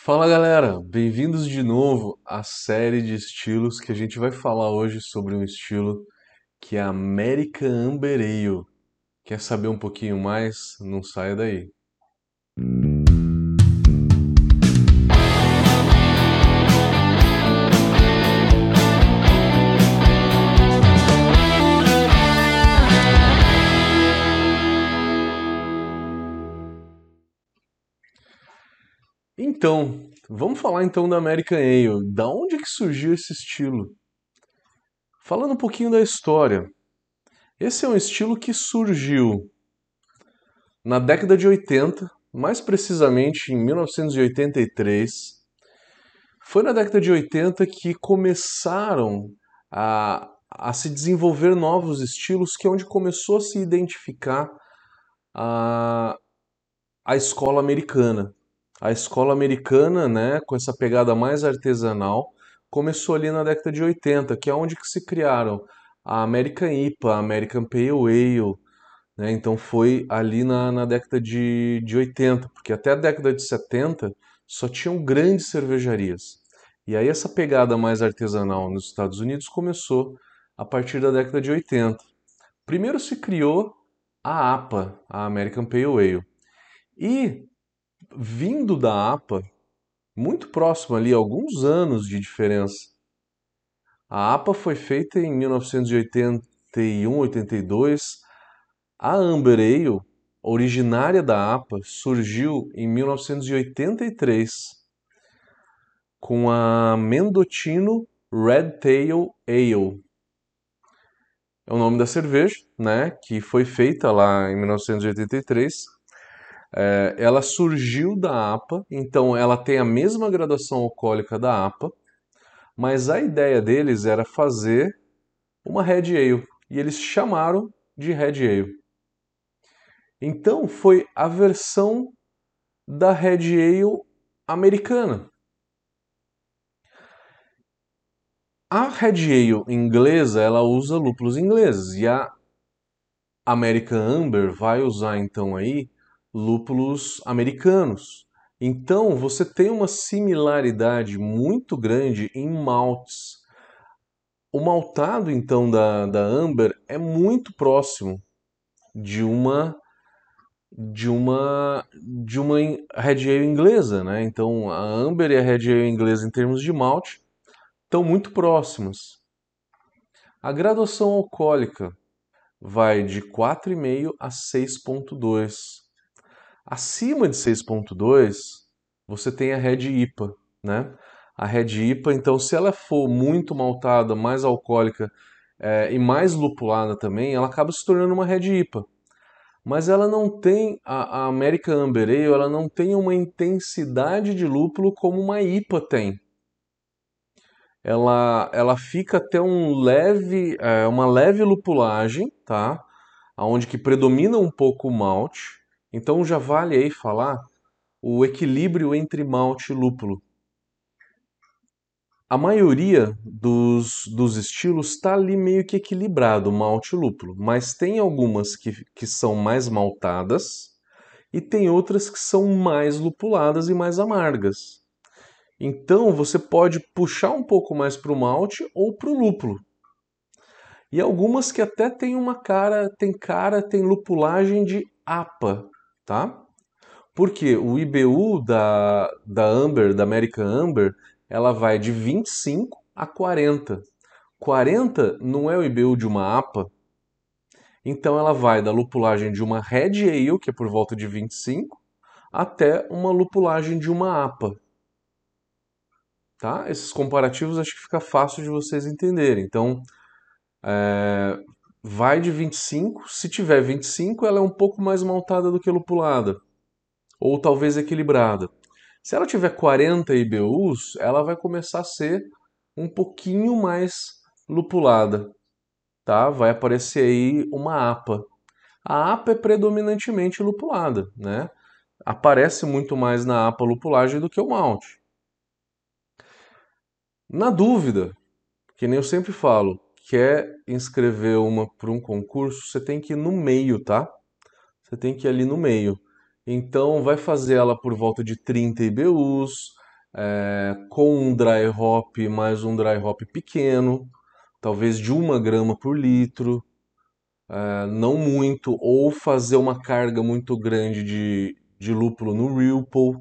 Fala galera, bem-vindos de novo à série de estilos que a gente vai falar hoje sobre um estilo que é a American Amber Ale. Quer saber um pouquinho mais? Não saia daí. Então, vamos falar então da American Ale. Da onde que surgiu esse estilo? Falando um pouquinho da história. Esse é um estilo que surgiu na década de 80, mais precisamente em 1983. Foi na década de 80 que começaram a se desenvolver novos estilos, que é onde começou a se identificar a, a escola americana. A escola americana, né, com essa pegada mais artesanal, começou ali na década de 80, que é onde que se criaram a American IPA, a American Pale Ale, né? Então foi ali na década de 80, porque até a década de 70 só tinham grandes cervejarias. E aí essa pegada mais artesanal nos Estados Unidos começou a partir da década de 80. Primeiro se criou a APA, a American Pale Ale. E vindo da APA, muito próximo ali, alguns anos de diferença, a APA foi feita em 1981, 82. A Amber Ale, originária da APA, surgiu em 1983 com a Mendocino Red Tail Ale. É o nome da cerveja, né, que foi feita lá em 1983. Ela surgiu da APA, então ela tem a mesma graduação alcoólica da APA, mas a ideia deles era fazer uma Red Ale, e eles chamaram de Red Ale. Então foi a versão da Red Ale americana. A Red Ale inglesa, ela usa lúpulos ingleses e a American Amber vai usar então aí lúpulos americanos. Então você tem uma similaridade muito grande em maltes. O maltado então da Amber é muito próximo de uma Red Ale inglesa, né? Então a Amber e a Red Ale inglesa em termos de malte estão muito próximas. A graduação alcoólica vai de 4,5 a 6,2. Acima de 6,2, você tem a Red IPA, né? A Red IPA, então, se ela for muito maltada, mais alcoólica e mais lupulada também, ela acaba se tornando uma Red IPA. Mas ela não tem, a American Amber Ale, ela não tem uma intensidade de lúpulo como uma IPA tem. Ela fica até uma leve lupulagem, tá? Onde que predomina um pouco o malte. Então já vale aí falar o equilíbrio entre malte e lúpulo. A maioria dos estilos está ali meio que equilibrado, malte e lúpulo, mas tem algumas que são mais maltadas e tem outras que são mais lupuladas e mais amargas. Então você pode puxar um pouco mais para o malte ou para o lúpulo. E algumas que até tem lupulagem de APA, tá? Porque o IBU da Amber, da American Amber, ela vai de 25 a 40. 40 não é o IBU de uma APA, então ela vai da lupulagem de uma Red Ale, que é por volta de 25, até uma lupulagem de uma APA. Tá? Esses comparativos acho que fica fácil de vocês entenderem. Então, vai de 25, se tiver 25, ela é um pouco mais maltada do que lupulada, ou talvez equilibrada. Se ela tiver 40 IBUs, ela vai começar a ser um pouquinho mais lupulada, tá? Vai aparecer aí uma APA. A APA é predominantemente lupulada, né? Aparece muito mais na APA lupulagem do que o malte. Na dúvida, que nem eu sempre falo, quer inscrever uma para um concurso, você tem que ir no meio, tá? Você tem que ir ali no meio. Então vai fazer ela por volta de 30 IBUs, com um dry hop, mais um dry hop pequeno, talvez de 1 grama por litro, não muito, ou fazer uma carga muito grande de lúpulo no Ripple,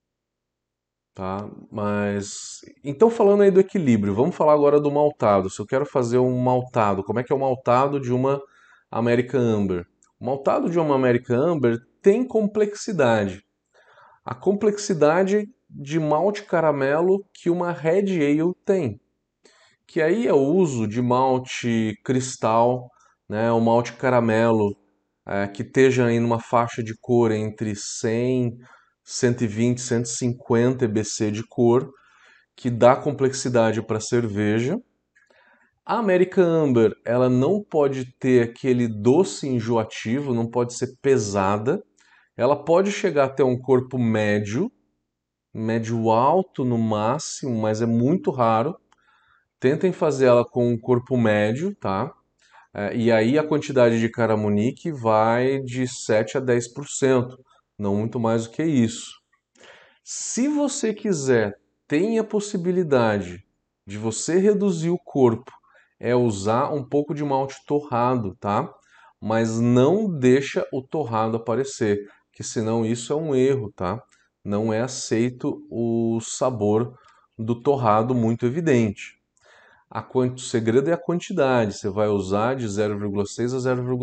tá? Mas, então falando aí do equilíbrio, vamos falar agora do maltado. Se eu quero fazer um maltado, como é que é o maltado de uma American Amber? O maltado de uma American Amber tem complexidade. A complexidade de malte caramelo que uma Red Ale tem, que aí é o uso de malte cristal, né, o malte caramelo, que esteja aí numa faixa de cor entre 100, 120, 150 EBC de cor, que dá complexidade para a cerveja. A American Amber, ela não pode ter aquele doce enjoativo, não pode ser pesada. Ela pode chegar até um corpo médio, médio alto no máximo, mas é muito raro. Tentem fazer ela com um corpo médio, tá? E aí a quantidade de caramunique vai de 7 a 10%, não muito mais do que isso. Se você quiser, tem a possibilidade de você reduzir o corpo, é usar um pouco de malte torrado, tá? Mas não deixa o torrado aparecer, que senão isso é um erro, tá? Não é aceito o sabor do torrado muito evidente. O segredo é a quantidade. Você vai usar de 0,6 a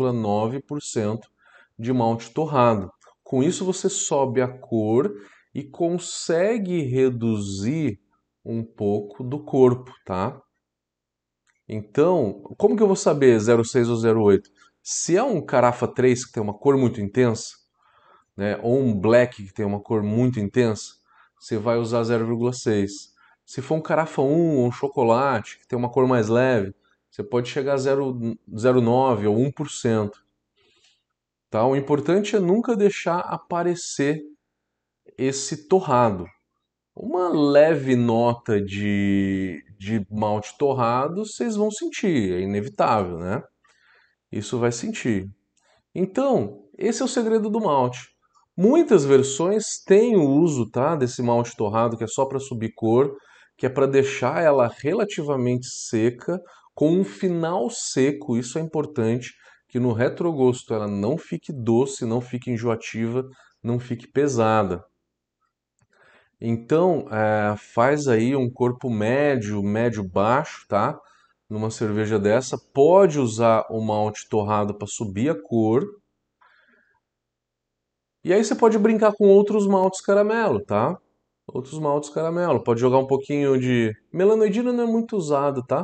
0,9% de malte torrado. Com isso você sobe a cor e consegue reduzir um pouco do corpo, tá? Então, como que eu vou saber 0,6 ou 0,8? Se é um Carafa 3 que tem uma cor muito intensa, né, ou um black que tem uma cor muito intensa, você vai usar 0,6. Se for um Carafa 1 ou um chocolate que tem uma cor mais leve, você pode chegar a 0,9 ou 1%. Tá? O importante é nunca deixar aparecer esse torrado. Uma leve nota de malte torrado vocês vão sentir, é inevitável, né? Isso vai sentir. Então, esse é o segredo do malte. Muitas versões têm o uso, tá, desse malte torrado que é só para subir cor, que é para deixar ela relativamente seca, com um final seco. Isso é importante, que no retrogosto ela não fique doce, não fique enjoativa, não fique pesada. Então, faz aí um corpo médio, médio-baixo, tá? Numa cerveja dessa, pode usar o malte torrado para subir a cor. E aí você pode brincar com outros maltes caramelo, tá? Outros maltes caramelo. Pode jogar um pouquinho de... Melanoidina não é muito usado, tá?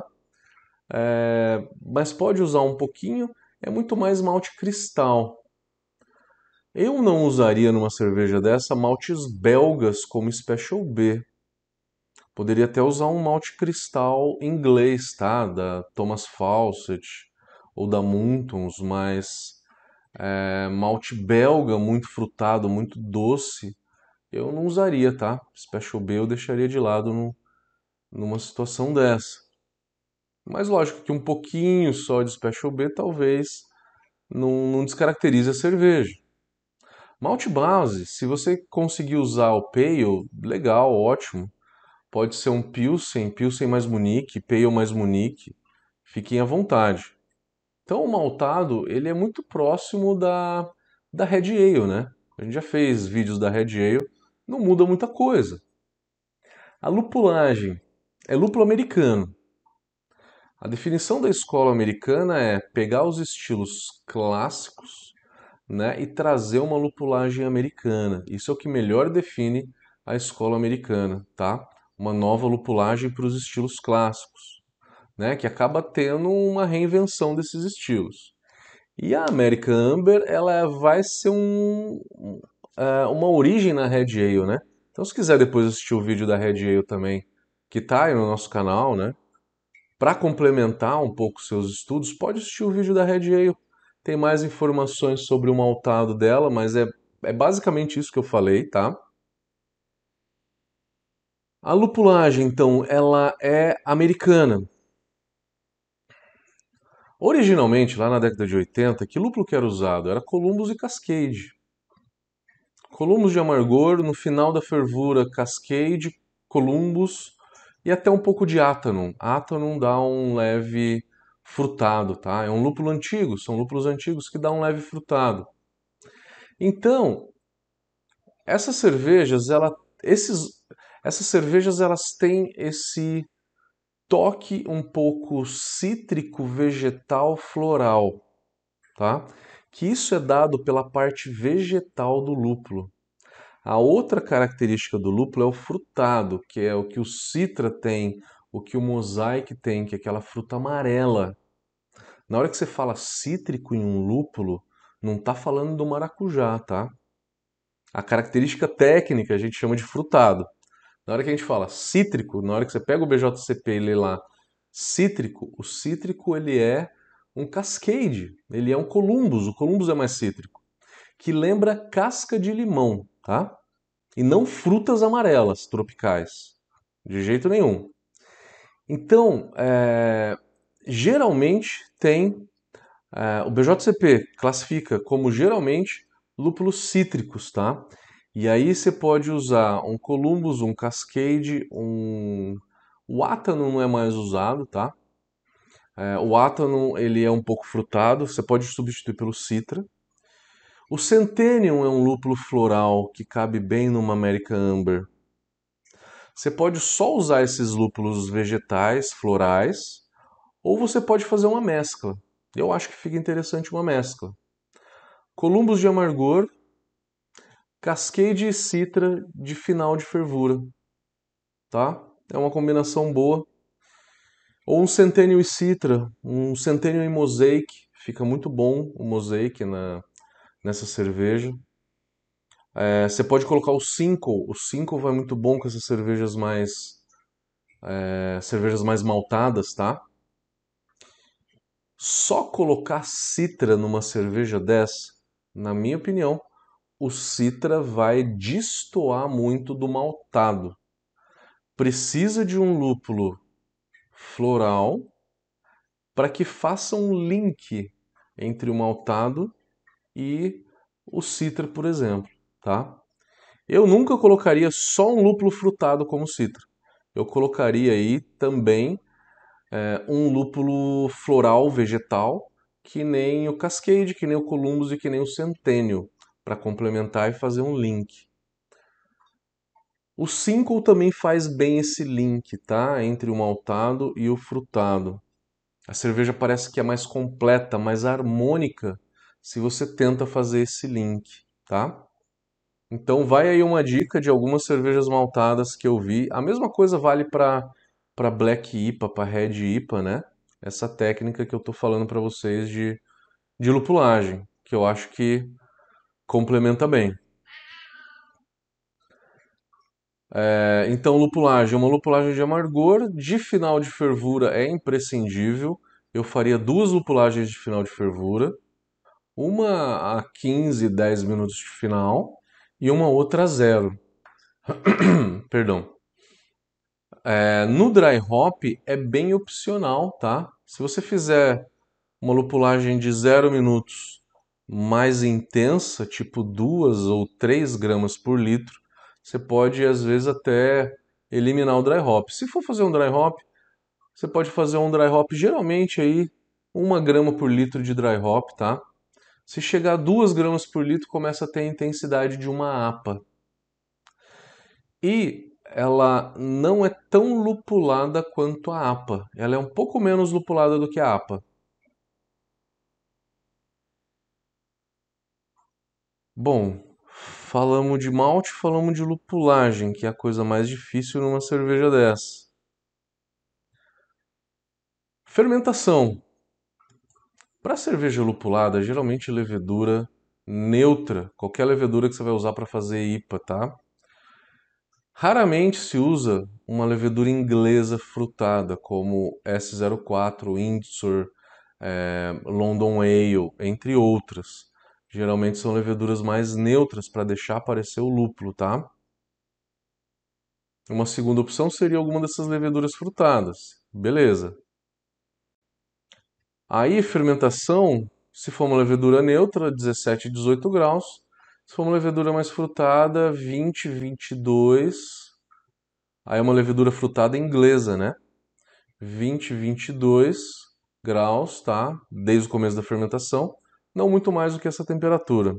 Mas pode usar um pouquinho. É muito mais malte cristal. Eu não usaria numa cerveja dessa maltes belgas como Special B. Poderia até usar um malte cristal inglês, tá? Da Thomas Fawcett ou da Muntons, mas malte belga muito frutado, muito doce, eu não usaria, tá? Special B eu deixaria de lado numa situação dessa. Mas lógico que um pouquinho só de Special B talvez não descaracterize a cerveja. Malte base, se você conseguir usar o Pale, legal, ótimo. Pode ser um Pilsen, Pilsen mais Munique, Pale mais Munique. Fiquem à vontade. Então o maltado, ele é muito próximo da Red Ale, né? A gente já fez vídeos da Red Ale, não muda muita coisa. A lupulagem é lúpulo americano. A definição da escola americana é pegar os estilos clássicos, né, e trazer uma lupulagem americana. Isso é o que melhor define a escola americana, tá? Uma nova lupulagem para os estilos clássicos, né, que acaba tendo uma reinvenção desses estilos. E a American Amber, ela vai ser uma origem na Red Ale, né? Então, se quiser depois assistir o vídeo da Red Ale também, que tá aí no nosso canal, né? Para complementar um pouco seus estudos, pode assistir o vídeo da Red Ale. Tem mais informações sobre o maltado dela, mas é basicamente isso que eu falei, tá? A lupulagem, então, ela é americana. Originalmente, lá na década de 80, que lúpulo que era usado? Era Columbus e Cascade. Columbus de amargor, no final da fervura, Cascade Columbus e até um pouco de Athanum. Athanum dá um leve frutado, tá? É um lúpulo antigo, são lúpulos antigos que dá um leve frutado. Então, essas cervejas, essas cervejas elas têm esse toque um pouco cítrico, vegetal, floral, tá? Que isso é dado pela parte vegetal do lúpulo. A outra característica do lúpulo é o frutado, que é o que o Citra tem, o que o Mosaic tem, que é aquela fruta amarela. Na hora que você fala cítrico em um lúpulo, não está falando do maracujá, tá? A característica técnica a gente chama de frutado. Na hora que a gente fala cítrico, na hora que você pega o BJCP e lê lá cítrico, o cítrico ele é um cascade, ele é um columbus, o columbus é mais cítrico, que lembra casca de limão, tá? E não frutas amarelas tropicais, de jeito nenhum. Então, geralmente tem, o BJCP classifica como geralmente lúpulos cítricos, tá? E aí você pode usar um Columbus, um Cascade, o Athanum não é mais usado, tá? O Athanum ele é um pouco frutado, você pode substituir pelo Citra. O Centennium é um lúpulo floral que cabe bem numa American Amber. Você pode só usar esses lúpulos vegetais, florais, ou você pode fazer uma mescla. Eu acho que fica interessante uma mescla. Columbus de amargor, Cascade e Citra de final de fervura, tá? É uma combinação boa. Ou um Centennial e Citra, um Centennial e Mosaic, fica muito bom o Mosaic nessa cerveja. Você pode colocar o Cinco vai muito bom com essas cervejas mais maltadas, tá? Só colocar citra numa cerveja dessa, na minha opinião, o citra vai destoar muito do maltado. Precisa de um lúpulo floral para que faça um link entre o maltado e o citra, por exemplo, tá? Eu nunca colocaria só um lúpulo frutado como citra. Eu colocaria aí também um lúpulo floral vegetal, que nem o Cascade, que nem o Columbus e que nem o Centennial, para complementar e fazer um link. O Simcoe também faz bem esse link, tá? Entre o maltado e o frutado. A cerveja parece que é mais completa, mais harmônica, se você tenta fazer esse link, tá? Então vai aí uma dica de algumas cervejas maltadas que eu vi. A mesma coisa vale para Black IPA, para Red IPA, né? Essa técnica que eu tô falando para vocês de lupulagem, que eu acho que complementa bem. Então, lupulagem, uma lupulagem de amargor, de final de fervura é imprescindível. Eu faria duas lupulagens de final de fervura, uma a 15, 10 minutos de final e uma outra a zero. Perdão. No dry hop é bem opcional, tá? Se você fizer uma lupulagem de 0 minutos mais intensa, tipo 2 ou 3 gramas por litro, você pode às vezes até eliminar o dry hop. Se for fazer um dry hop, você pode fazer um dry hop geralmente aí 1 grama por litro de dry hop, tá? Se chegar a 2 gramas por litro, começa a ter a intensidade de uma APA. E ela não é tão lupulada quanto a APA. Ela é um pouco menos lupulada do que a APA. Bom, falamos de malte, falamos de lupulagem, que é a coisa mais difícil numa cerveja dessa. Fermentação. Para cerveja lupulada, geralmente levedura neutra, qualquer levedura que você vai usar para fazer IPA, tá? Raramente se usa uma levedura inglesa frutada, como S04, Windsor, London Ale, entre outras. Geralmente são leveduras mais neutras para deixar aparecer o lúpulo, tá? Uma segunda opção seria alguma dessas leveduras frutadas. Beleza. Aí, fermentação, se for uma levedura neutra, 17 e 18 graus. Se for uma levedura mais frutada, 20, 22. Aí é uma levedura frutada inglesa, né? 20, 22 graus, tá? Desde o começo da fermentação. Não muito mais do que essa temperatura.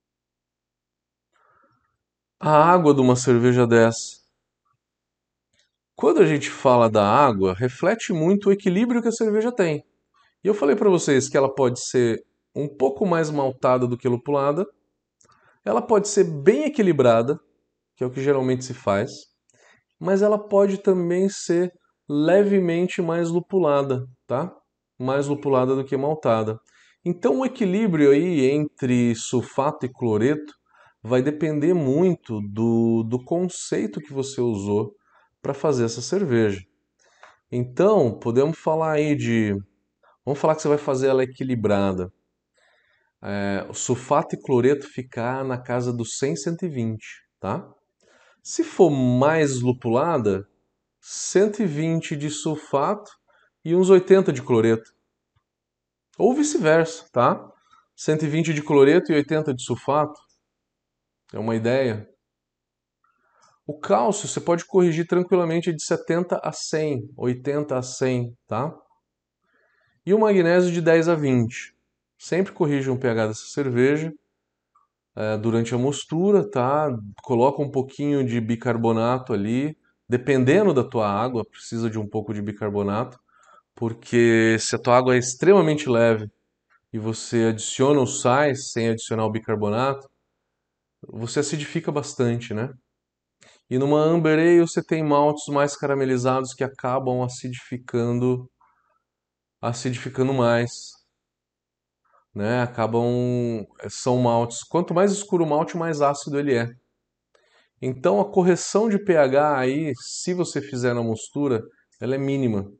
A água de uma cerveja dessa. Quando a gente fala da água, reflete muito o equilíbrio que a cerveja tem. E eu falei para vocês que ela pode ser um pouco mais maltada do que lupulada, ela pode ser bem equilibrada, que é o que geralmente se faz, mas ela pode também ser levemente mais lupulada, tá? Mais lupulada do que maltada. Então o equilíbrio aí entre sulfato e cloreto vai depender muito do conceito que você usou para fazer essa cerveja. Então, podemos falar aí de. Vamos falar que você vai fazer ela equilibrada. O sulfato e cloreto ficar na casa dos 100, 120, tá? Se for mais lupulada, 120 de sulfato e uns 80 de cloreto. Ou vice-versa, tá? 120 de cloreto e 80 de sulfato. É uma ideia. O cálcio você pode corrigir tranquilamente de 70 a 100, 80 a 100, tá? E o magnésio de 10 a 20. Sempre corrija o pH dessa cerveja durante a mostura, tá? Coloca um pouquinho de bicarbonato ali. Dependendo da tua água, precisa de um pouco de bicarbonato, porque se a tua água é extremamente leve e você adiciona os sais sem adicionar o bicarbonato, você acidifica bastante, né? E numa Amber Ale você tem maltes mais caramelizados que acabam acidificando mais, né? São maltes. Quanto mais escuro o malte, mais ácido ele é. Então a correção de pH aí, se você fizer na mostura, ela é mínima.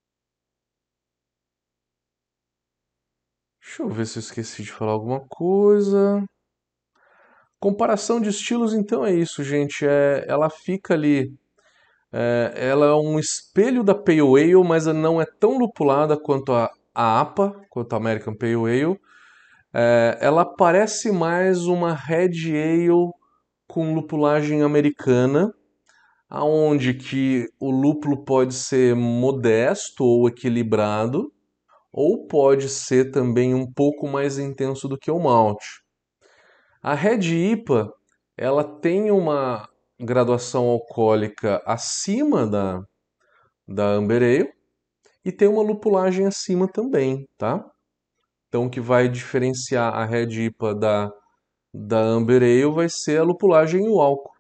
Deixa eu ver se eu esqueci de falar alguma coisa. Comparação de estilos, então é isso, gente. Ela fica ali. Ela é um espelho da Pale Ale, mas ela não é tão lupulada quanto a APA, quanto a American Pale Ale. Ela parece mais uma Red Ale com lupulagem americana, aonde que o lúpulo pode ser modesto ou equilibrado, ou pode ser também um pouco mais intenso do que o malte. A Red IPA, ela tem uma graduação alcoólica acima da Amber Ale e tem uma lupulagem acima também, tá? Então o que vai diferenciar a Red IPA da Amber Ale vai ser a lupulagem e o álcool.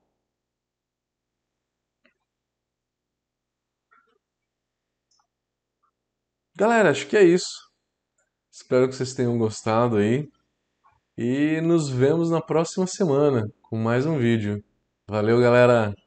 Galera, acho que é isso. Espero que vocês tenham gostado aí e nos vemos na próxima semana com mais um vídeo. Valeu, galera!